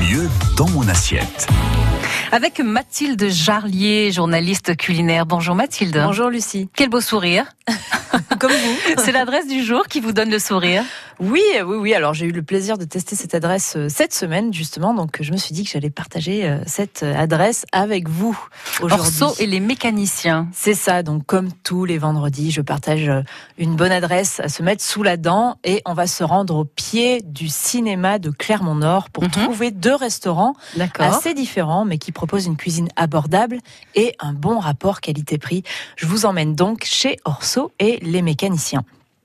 mieux dans mon assiette. Avec Mathilde Jarlier, journaliste culinaire. Bonjour Mathilde. Bonjour Lucie. Quel beau sourire. Comme vous. C'est l'adresse du jour qui vous donne le sourire. Oui. Alors j'ai eu le plaisir de tester cette adresse cette semaine justement, donc je me suis dit que j'allais partager cette adresse avec vous aujourd'hui. Orso et les mécaniciens. C'est ça, donc comme tous les vendredis, je partage une bonne adresse à se mettre sous la dent et on va se rendre au pied du cinéma de Clermont-Nord pour trouver deux restaurants assez différents mais qui proposent une cuisine abordable et un bon rapport qualité-prix. Je vous emmène donc chez Orso et les mécaniciens.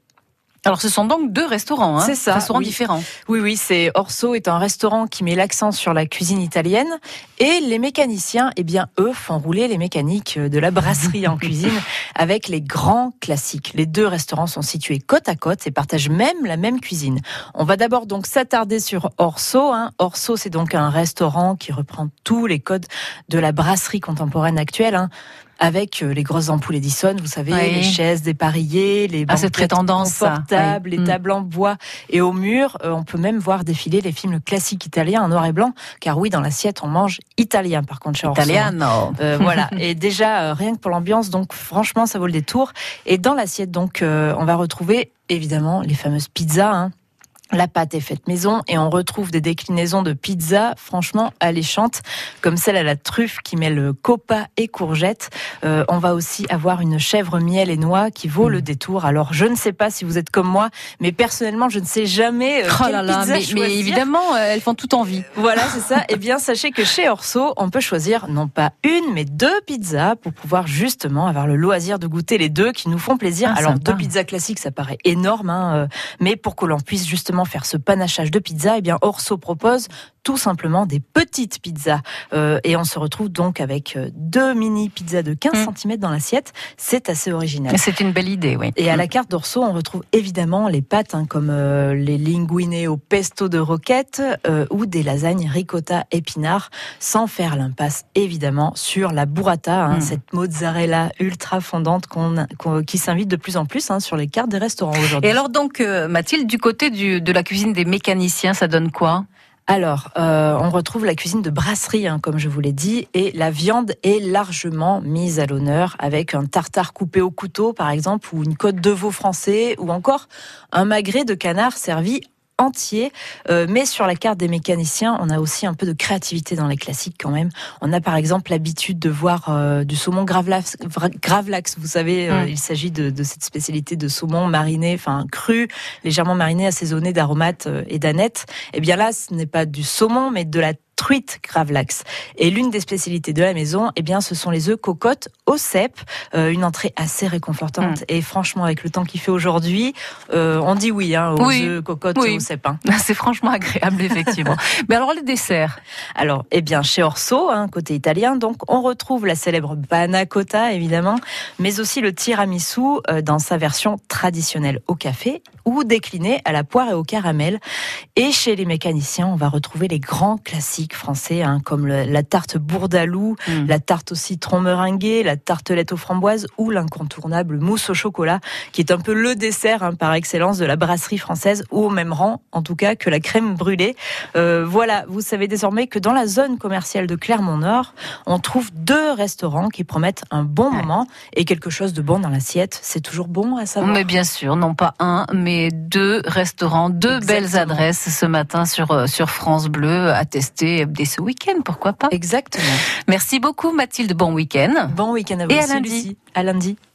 Alors ce sont donc deux restaurants, c'est ça, restaurants différents. Oui, c'est Orso est un restaurant qui met l'accent sur la cuisine italienne et les mécaniciens, eux font rouler les mécaniques de la brasserie en cuisine avec les grands classiques. Les deux restaurants sont situés côte à côte et partagent même la même cuisine. On va d'abord donc s'attarder sur Orso. Orso, c'est donc un restaurant qui reprend tous les codes de la brasserie contemporaine actuelle. Avec les grosses ampoules Edison, vous savez, les chaises dépareillées, les banquettes confortables, les tables en bois et au mur. On peut même voir défiler les films classiques italiens en noir et blanc, car oui, dans l'assiette, on mange italien par contre chez Orso. Italiano. Voilà, et déjà, rien que pour l'ambiance, donc franchement, ça vaut le détour. Et dans l'assiette, donc, on va retrouver évidemment les fameuses pizzas, La pâte est faite maison et on retrouve des déclinaisons de pizza franchement alléchantes, comme celle à la truffe qui mêle copa et courgettes. On va aussi avoir une chèvre miel et noix qui vaut le détour. Alors je ne sais pas si vous êtes comme moi, mais personnellement je ne sais jamais quelle pizza choisir. Mais évidemment, elles font tout envie. Voilà, c'est ça. Eh bien, sachez que chez Orso, on peut choisir non pas une, mais deux pizzas pour pouvoir justement avoir le loisir de goûter les deux qui nous font plaisir. Alors sympa. Deux pizzas classiques, ça paraît énorme, mais pour que l'on puisse justement faire ce panachage de pizza, Orso propose tout simplement des petites pizzas. Et on se retrouve donc avec deux mini pizzas de 15 cm dans l'assiette. C'est assez original. C'est une belle idée, oui. Et à la carte d'Orso, on retrouve évidemment les pâtes, comme les linguine au pesto de roquette ou des lasagnes ricotta épinards, sans faire l'impasse évidemment sur la burrata, cette mozzarella ultra fondante qui s'invite de plus en plus sur les cartes des restaurants aujourd'hui. Et alors donc, Mathilde, du côté de la cuisine des mécaniciens, ça donne quoi ? Alors, on retrouve la cuisine de brasserie, comme je vous l'ai dit, et la viande est largement mise à l'honneur avec un tartare coupé au couteau, par exemple, ou une côte de veau français, ou encore un magret de canard servi entier, mais sur la carte des mécaniciens, on a aussi un peu de créativité dans les classiques quand même. On a par exemple l'habitude de voir du saumon gravlax, vous savez, il s'agit de cette spécialité de saumon mariné, cru, légèrement mariné, assaisonné d'aromates et d'aneth. Et bien là, ce n'est pas du saumon, mais de la truite gravlax. Et l'une des spécialités de la maison, ce sont les œufs cocottes au cèpe, une entrée assez réconfortante. Et franchement, avec le temps qu'il fait aujourd'hui, on dit oui aux œufs cocottes au cèpe. C'est franchement agréable, effectivement. Mais alors les desserts. Alors, chez Orso, côté italien, donc on retrouve la célèbre panna cotta, évidemment, mais aussi le tiramisu dans sa version traditionnelle au café ou décliné à la poire et au caramel. Et chez les mécaniciens, on va retrouver les grands classiques français, comme la tarte bourdaloue, la tarte au citron meringuée, la tartelette aux framboises ou l'incontournable mousse au chocolat, qui est un peu le dessert par excellence de la brasserie française, ou au même rang, en tout cas, que la crème brûlée. Voilà, vous savez désormais que dans la zone commerciale de Clermont-Nord, on trouve deux restaurants qui promettent un bon moment et quelque chose de bon dans l'assiette. C'est toujours bon à savoir. Mais bien sûr, non pas un, mais deux restaurants, deux belles adresses ce matin sur France Bleu à tester dès ce week-end, pourquoi pas. Exactement. Merci beaucoup Mathilde, bon week-end. Bon week-end à vous et aussi, à lundi. Lucie. À lundi.